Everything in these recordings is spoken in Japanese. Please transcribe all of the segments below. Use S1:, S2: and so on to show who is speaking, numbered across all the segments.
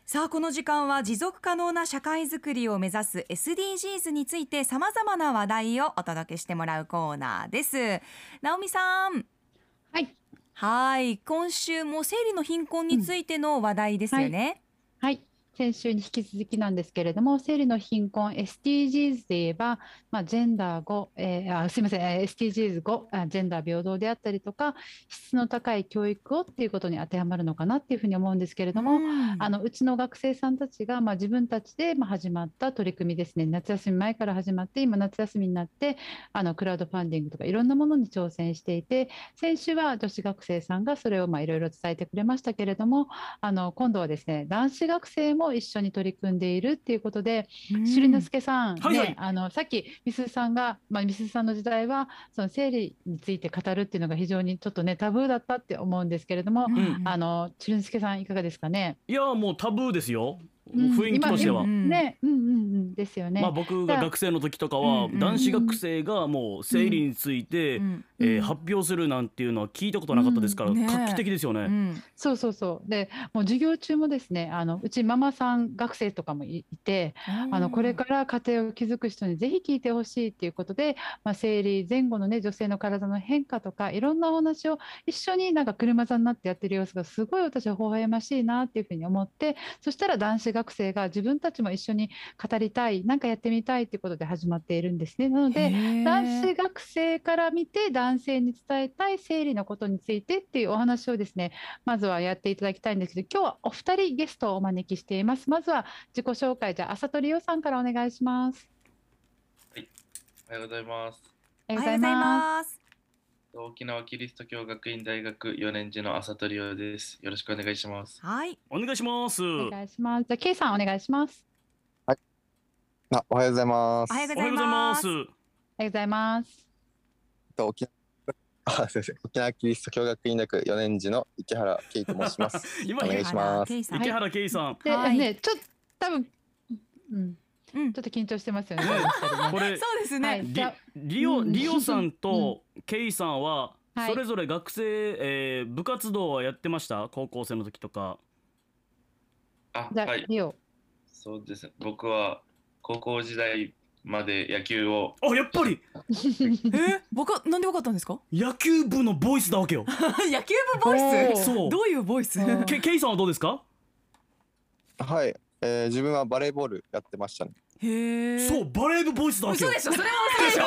S1: さあこの時間は持続可能な社会づくりを目指す SDGs についてさまざまな話題をお届けしてもらうコーナーです。直美さん。
S2: はい。
S1: はい、今週も生理の貧困についての話題です
S2: はい。
S1: よね。
S2: はい。先週に引き続きなんですけれども、生理の貧困 SDGs で言えば、ジェンダー5、すいません、SDGs5、ジェンダー平等であったりとか、質の高い教育をっていうことに当てはまるのかなっていうふうに思うんですけれ
S1: う
S2: ども、
S1: ん。
S2: うちの学生さんたちが、自分たちで始まった取り組みですね。夏休み前から始まって、今夏休みになって、クラウドファンディングとかいろんなものに挑戦していて、先週は女子学生さんがそれをいろいろ伝えてくれましたけれども、今度はですね、男子学生も一緒に取り組んでいるっていうことで、
S1: う
S2: しりの
S1: ん。
S2: すけさんね、
S3: はいはい。
S2: さっきみすさんが、みすさんの時代はその生理について語るっていうのが非常にちょっとねタブーだったって思うんですけれども、
S1: うんう
S3: うん。
S1: ん
S2: しりのすけさんいかがですかね。
S3: いや、もうタブーですよ。
S2: うん、
S3: 雰囲気としては。
S2: ね、ですよね。
S3: 僕が
S2: じゃあ、
S3: 学生の時とか
S1: うん
S3: は、
S1: うん
S3: 男子学生がもう生理について、
S1: うん
S3: 発表するなんていうのは聞いたことなかったですから、
S1: ねえ
S3: 画期的ですよね。
S2: そうそうそう。で、もう授業中もですね、うちママさん学生とかもいて、これから家庭を築く人にぜひ聞いてほしいっていうことで、生理前後のね、女性の体の変化とか、いろんなお話を一緒に車座になってやってる様子がすごい私は微笑ましいなっていうふうに思って、そしたら男子学生が自分たちも一緒に語りたい、なんかやってみたいっていうことで始まっているんですね。なので、男
S1: へえ。
S2: 子学生から見て男性に伝えたい生理のことについてっていうお話をですね、まずはやっていただきたいんですけど、今日はお二人ゲストをお招きしています。まずは自己紹介、じゃあ朝鳥よさんからお願いします。
S4: はい、おはようございます。
S2: おはようござい
S1: おはようござい
S2: ます。
S1: ます。
S4: 沖縄キリスト教学院大学4年次の朝鳥雄です。よろしくお願いします。
S1: はい。
S3: お願いします。
S2: お願いします。じゃあ K さんお願いします。
S5: はい。おはようございま
S1: おはようご
S5: す。
S1: ざいます。
S2: おはようございます。
S5: 沖縄、すみません。沖縄キリスト教学院大学4年次の池原圭と申します。
S3: 今
S5: お願いします。
S1: 池原圭さん。
S3: 池原圭さん。
S2: で、
S1: はい
S2: ね、ちょっと多分、ちょっと緊張してますよね。
S3: これ
S1: そうですね。
S2: はいじゃあ
S3: リオさんとケイさんは
S2: はい
S3: それぞれ学生、部活動はやってました？高校生の時とか。
S2: じゃあ
S4: はい、
S2: リオ。
S4: そうですね。僕は高校時代まで野球を、
S3: あ、やっぱり
S1: 僕なんでわかったんですか？
S3: 野球部のボイスだわけよ。
S1: 野球部ボイス。
S3: そう。
S1: どういうボイス？
S3: ケイさんはどうですか？
S5: はい。自分はバレーボールやってましたね。
S1: へえ。
S3: そう、バレー部ボイスだわけよ。
S1: 嘘でしょ。それは嘘でしょ。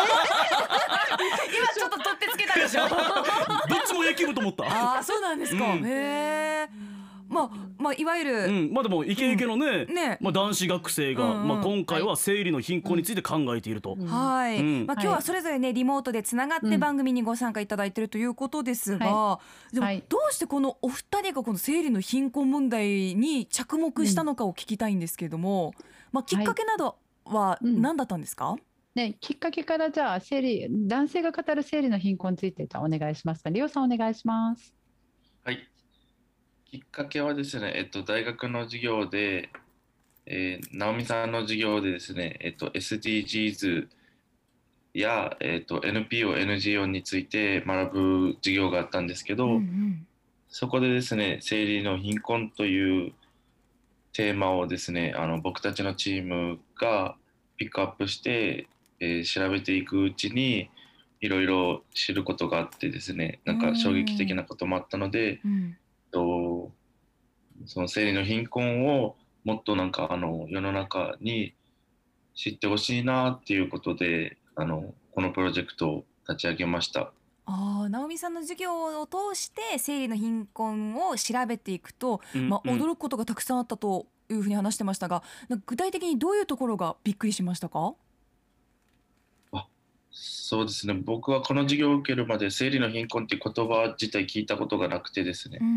S1: 今ちょっと取ってつけたでしょ。
S3: どっちも野球部と思った。
S1: ああ、そうなんですか。へえ。いわゆる、
S3: でもイケイケのね、
S1: ね。
S3: 男子学生が、今回は生理の貧困について考えていると。
S1: はい。
S3: うん
S1: 今日はそれぞれねリモートでつながって番組にご参加いただいているということですが、でもどうしてこのお二人がこの生理の貧困問題に着目したのかを聞きたいんですけれども、きっかけなどは何だったんですか？
S2: ね、きっかけからじゃあ男性が語る生理の貧困についてじゃあお願いしますか。リオさんお願いします。
S4: はい。きっかけはですね、大学の授業で、直美さんの授業でですね、SDGs や、NPO、NGO について学ぶ授業があったんですけど、そこでですね、生理の貧困というテーマをですね、僕たちのチームがピックアップして、調べていくうちにいろいろ知ることがあってですね、なんか衝撃的なこともあったので、その生理の貧困をもっとなんか世の中に知ってほしいなっていうことでこのプロジェクトを立ち上げました。
S1: 直美さんの授業を通して生理の貧困を調べていくと、驚くことがたくさんあったというふうに話してましたが、具体的にどういうところがびっくりしましたか？
S4: そうですね、僕はこの授業を受けるまで生理の貧困っていう言葉自体聞いたことがなくてですね。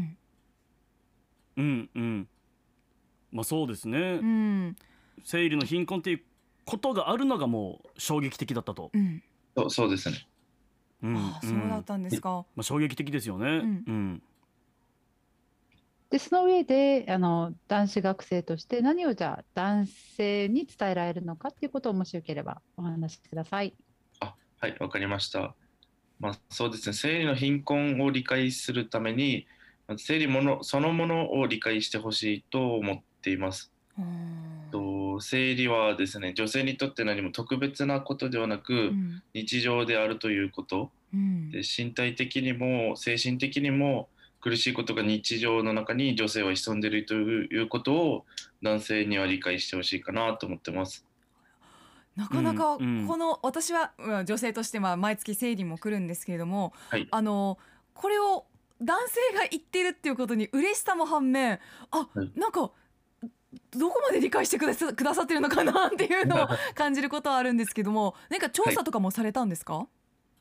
S3: そうですね、生理の貧困っていうことがあるのがもう衝撃的だったと。
S4: そうですね。
S1: そうだったんですか。
S3: 衝撃的ですよね。
S2: でその上で男子学生として何をじゃあ男性に伝えられるのかっていうことをもしよければお話しください。
S4: はい、わかりました。そうですね、生理の貧困を理解するために生理そのものを理解してほしいと思っています。生理はですね、女性にとって何も特別なことではなく、日常であるということ、で身体的にも精神的にも苦しいことが日常の中に女性は潜んでいるということを男性には理解してほしいかなと思ってます。
S1: なかなかこの、私は女性として毎月生理も来るんですけれども、
S4: はい、
S1: これを男性が言っているっていうことに嬉しさも反面、なんかどこまで理解してくださってるのかなっていうのを感じることはあるんですけども、何か調査とかもされたんですか？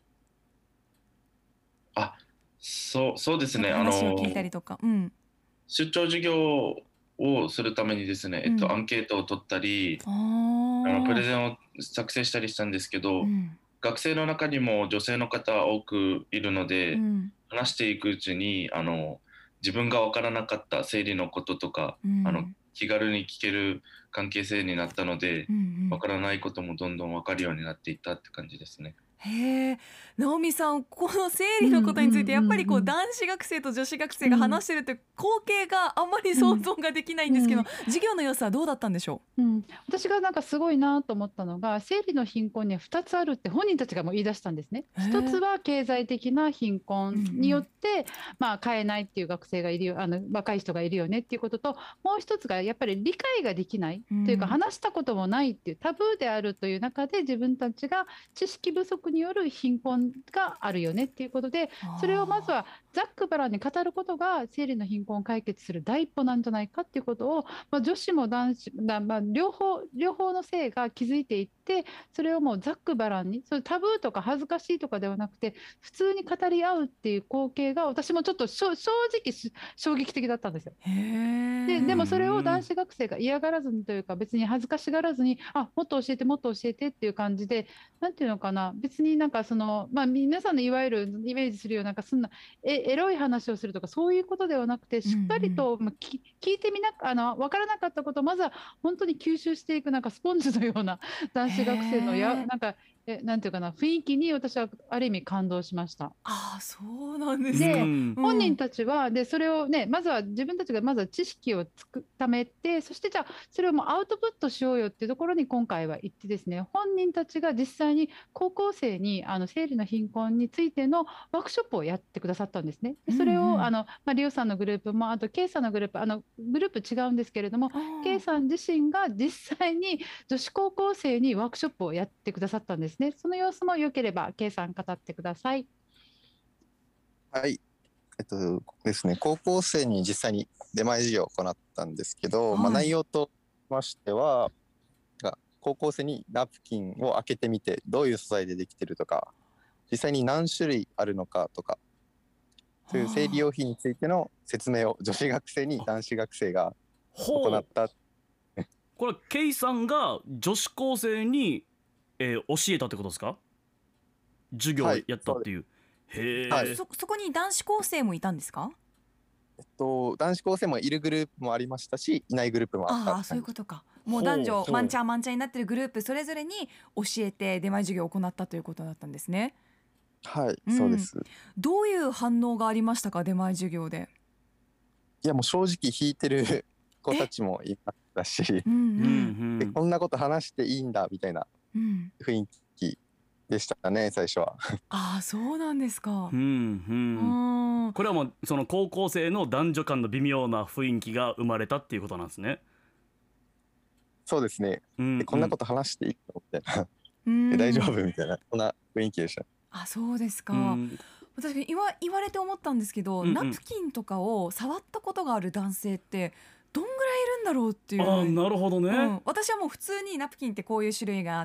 S4: そうですね。
S1: 話を聞いたりとか、
S4: 出張授業をするためにですね、アンケートを取ったり、プレゼンを作成したりしたんですけど、学生の中にも女性の方多くいるので、話していくうちに自分が分からなかった生理のこととか、気軽に聞ける関係性になったので、分からないこともどんどん分かるようになっていったって感じですね。
S1: へえ、直美さん、この生理のことについてやっぱり男子学生と女子学生が話してるって光景があんまり想像ができないんですけど、授業の様子はどうだったんでしょう？
S2: 私がなんかすごいなと思ったのが、生理の貧困には2つあるって本人たちがもう言い出したんですね。一つは経済的な貧困によって、買えないっていう学生がいるよ、若い人がいるよねっていうことと、もう一つがやっぱり理解ができないというか、話したこともないっていうタブーであるという中で、自分たちが知識不足による貧困があるよねっていうことで、それをまずはざっくばらんに語ることが生理の貧困を解決する第一歩なんじゃないかっていうことを、女子も男子、両方の性が気づいていって、それをもうざっくばらんに、それタブーとか恥ずかしいとかではなくて普通に語り合うっていう光景が、私もちょっと正直衝撃的だったんですよ。でもそれを男子学生が嫌がらずにというか、別に恥ずかしがらずに、もっと教えてもっと教えてっていう感じで、なんていうのかな、別になんか皆さんのいわゆるイメージするような、そんなエロい話をするとかそういうことではなくて、しっかりと聞いてみな、分からなかったことをまずは本当に吸収していく、なんかスポンジのような男子学生のなんかなんていうかな、雰囲気に私はある意味感動しました。
S1: そうなんですか。
S2: で、本人たちはそれをね、まずは自分たちがまずは知識をためて、そしてじゃあそれをもうアウトプットしようよっていうところに今回は行ってですね、本人たちが実際に高校生に生理の貧困についてのワークショップをやってくださったんですね。でそれをリオさんのグループも、あと K さんのグループ、グループ違うんですけれども、K さん自身が実際に女子高校生にワークショップをやってくださったんですね。その様子もよければ K さん語ってください。
S5: はい、ですね、高校生に実際に出前授業を行ったんですけど、内容としましては、高校生にナプキンを開けてみてどういう素材でできてるとか、実際に何種類あるのかとか、そういう生理用品についての説明を女子学生に男子学生が行った。
S3: これケイさんが女子高生に、教えたってことですか？授業をやったっていう。へえ。
S1: そこに男子高生もいたんですか？
S5: 男子高生もいるグループもありましたし、いないグループもあった。
S1: そういうことか。もう男女マンチャーになってるグループそれぞれに教えて出前授業を行ったということだったんですね。
S5: はい、そうです。
S1: どういう反応がありましたか、出前授業で？
S5: いや、もう正直引いてる子たちもいましたし、こんなこと話していいんだみたいな雰囲気でしたね、最初は。
S1: そうなんですか。こ
S3: れはもうその高校生の男女間の微妙な雰囲気が生まれたっていうことなんですね。
S5: そうですね。こんなこと話していいのみたいな、大丈夫みたいな、そんな雰囲気でした。
S1: そうですか。私言われて思ったんですけど、ナプキンとかを触ったことがある男性ってどんぐらいいるんだろうっていう。
S3: なるほどね。
S1: 私はもう普通にナプキンってこういう種類があって、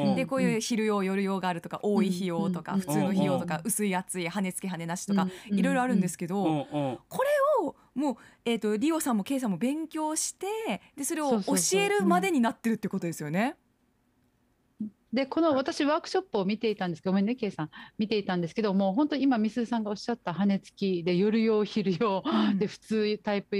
S1: でこういう昼用夜用があるとか、多い費用とか、普通の費用とか、薄い厚い羽根付き羽根なしとか、いろいろあるんですけど、これをもう、リオさんも K さんも勉強して、でそれを教えるまでになってるってことですよね。
S2: で私ワークショップを見ていたんですけど、ごめんね K さん、見ていたんですけど、もう本当に今みすずさんがおっしゃった羽根付きで夜用昼用で普通タイプ用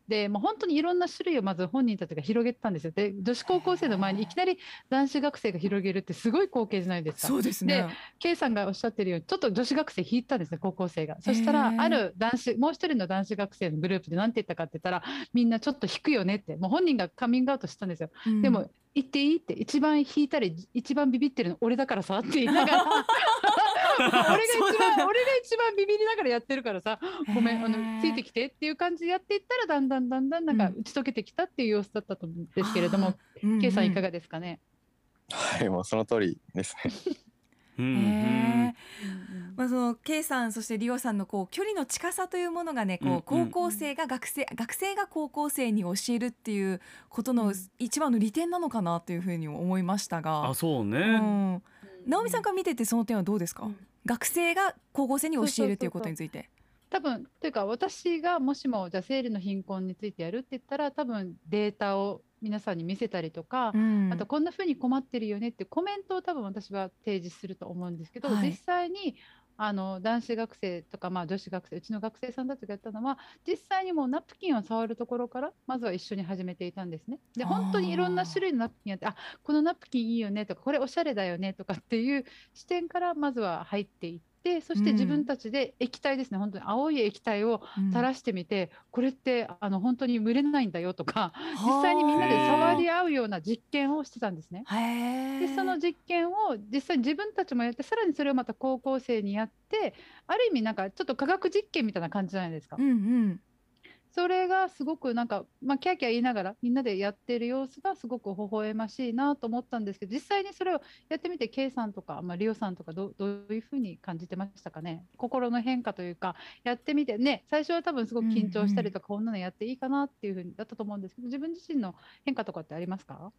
S2: でもう本当にいろんな種類をまず本人たちが広げてたんですよ。で女子高校生の前にいきなり男子学生が広げるってすごい光景じゃないですか。
S1: そうですね。
S2: で K さんがおっしゃってるようにちょっと女子学生引いたんですね、高校生が。そしたらあるもう一人の男子学生のグループで何て言ったかって言ったら、みんなちょっと引くよねって、もう本人がカミングアウトしたんですよ。でも言っていいって、一番引いたり一番ビビってるの俺だからさって言いながら俺が一番ビビりながらやってるからさ、ごめんついてきてっていう感じでやっていったら、だんだんなんか打ち解けてきたっていう様子だったと思うんですけれども、K さんいかがですかね。
S5: はい、もうその通りです
S1: ね。まあ、その K さんそしてリオさんのこう距離の近さというものがね、こう高校生が学生が高校生に教えるっていうことの一番の利点なのかなというふうに思いましたが。
S3: あ、そうね。
S1: 直美さんから見ててその点はどうですか？学生が高校生に教えるということについて。
S2: 多分というか、私がもしもじゃあ生理の貧困についてやるって言ったら、多分データを皆さんに見せたりとか、あとこんな風に困ってるよねってコメントを多分私は提示すると思うんですけど、実際に男子学生とか、女子学生、うちの学生さんたちがやったのは、実際にもうナプキンを触るところからまずは一緒に始めていたんですね。で本当にいろんな種類のナプキンやって、このナプキンいいよねとか、これおしゃれだよねとかっていう視点からまずは入っていって、そして自分たちで液体ですね、本当に青い液体を垂らしてみて、これって本当に蒸れないんだよとか、実際にみんなで触り合うような実験をしてたんですね。でその実験を実際に自分たちもやって、さらにそれをまた高校生にやって、ある意味なんかちょっと科学実験みたいな感じじゃないですか。それがすごくなんか、キャーキャー言いながらみんなでやってる様子がすごく微笑ましいなと思ったんですけど、実際にそれをやってみて K さんとか、リオさんとかどういうふうに感じてましたかね。心の変化というか、やってみてね、最初は多分すごく緊張したりとか、こんなのやっていいかなっていうふうにだったと思うんですけど、自分自身の変化とかってありますか？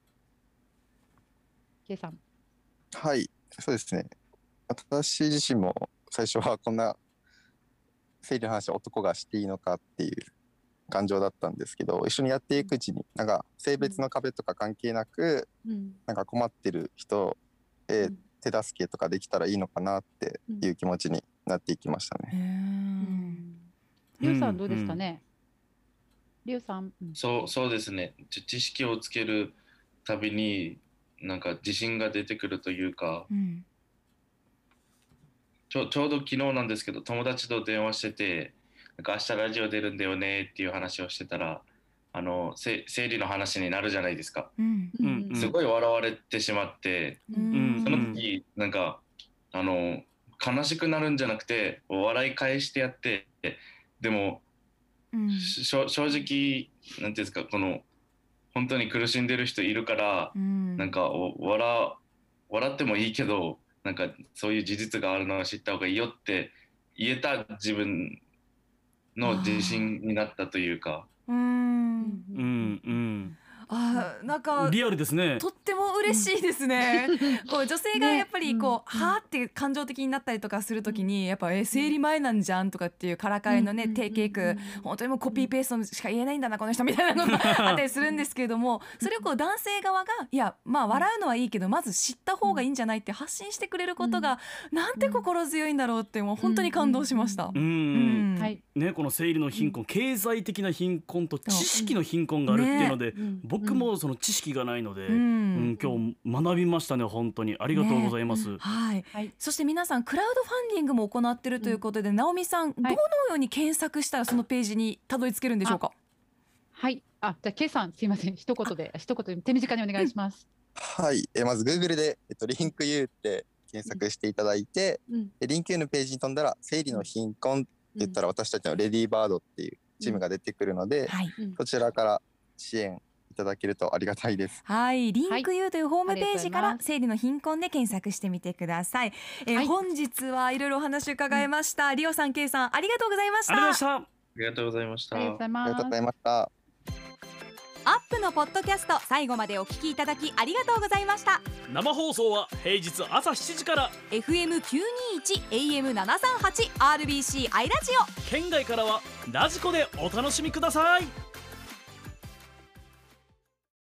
S2: K さん。
S5: はい、そうですね。私自身も最初はこんな生理の話は男がしていいのかっていう感情だったんですけど、一緒にやっていくうちになんか性別の壁とか関係なく、なんか困ってる人へ手助けとかできたらいいのかなっていう気持ちになっていきましたね。
S2: リオさんどうですかね。リオさん。
S4: そうですね。知識をつけるたびになんか自信が出てくるというか、ちょうど昨日なんですけど、友達と電話してて、なんか明日ラジオ出るんだよねっていう話をしてたら、生理の話になるじゃないですか。すごい笑われてしまって、その時なんか悲しくなるんじゃなくて笑い返してやって、でも、正直なんていうんですか、この本当に苦しんでる人いるから、なんか笑ってもいいけど、なんかそういう事実があるのを知った方がいいよって言えた自分の自信になったというか。
S1: なんか
S3: リアルですね。
S1: とっても嬉しいですね。こう女性がやっぱりこう、はーって感情的になったりとかするときに、やっぱ生理前なんじゃんとかっていうからかいのね、テイク本当にもうコピーペーストしか言えないんだなこの人みたいなのがあったりするんですけれども、それをこう男性側がいや笑うのはいいけどまず知った方がいいんじゃないって発信してくれることがなんて心強いんだろうって、もう本当に感動しました。
S3: ね、この生理の貧困、経済的な貧困と知識の貧困があるっていうので、僕もその知識がないので、今日学びましたね。本当にありがとうございます。そして皆さんクラウドファンディングも行っているということで、直美さんどのように検索したらそのページにたどり着けるんでしょうか？
S2: じゃあ K さんすいません、一言で手短にお願いします。
S5: はい、まず Google で、リンク U って検索していただいて、リンク U のページに飛んだら生理の貧困って言ったら、私たちのレディーバードっていうチームが出てくるので、そちらから支援いただけるとありがたいです。
S1: リンク U というホームページから生理の貧困で検索してみてください。本日はいろいろお話伺いました。リオさん、K さんありがとうございました。
S4: ありがとうございました。
S2: ありがとうございま
S5: した。ありがとうございました。
S1: アップのポッドキャスト、最後までお聞きいただきありがとうございました。
S3: 生放送は平日朝7時から
S1: FM921 AM738 RBC アイラジオ、
S3: 県外からはラジコでお楽しみください。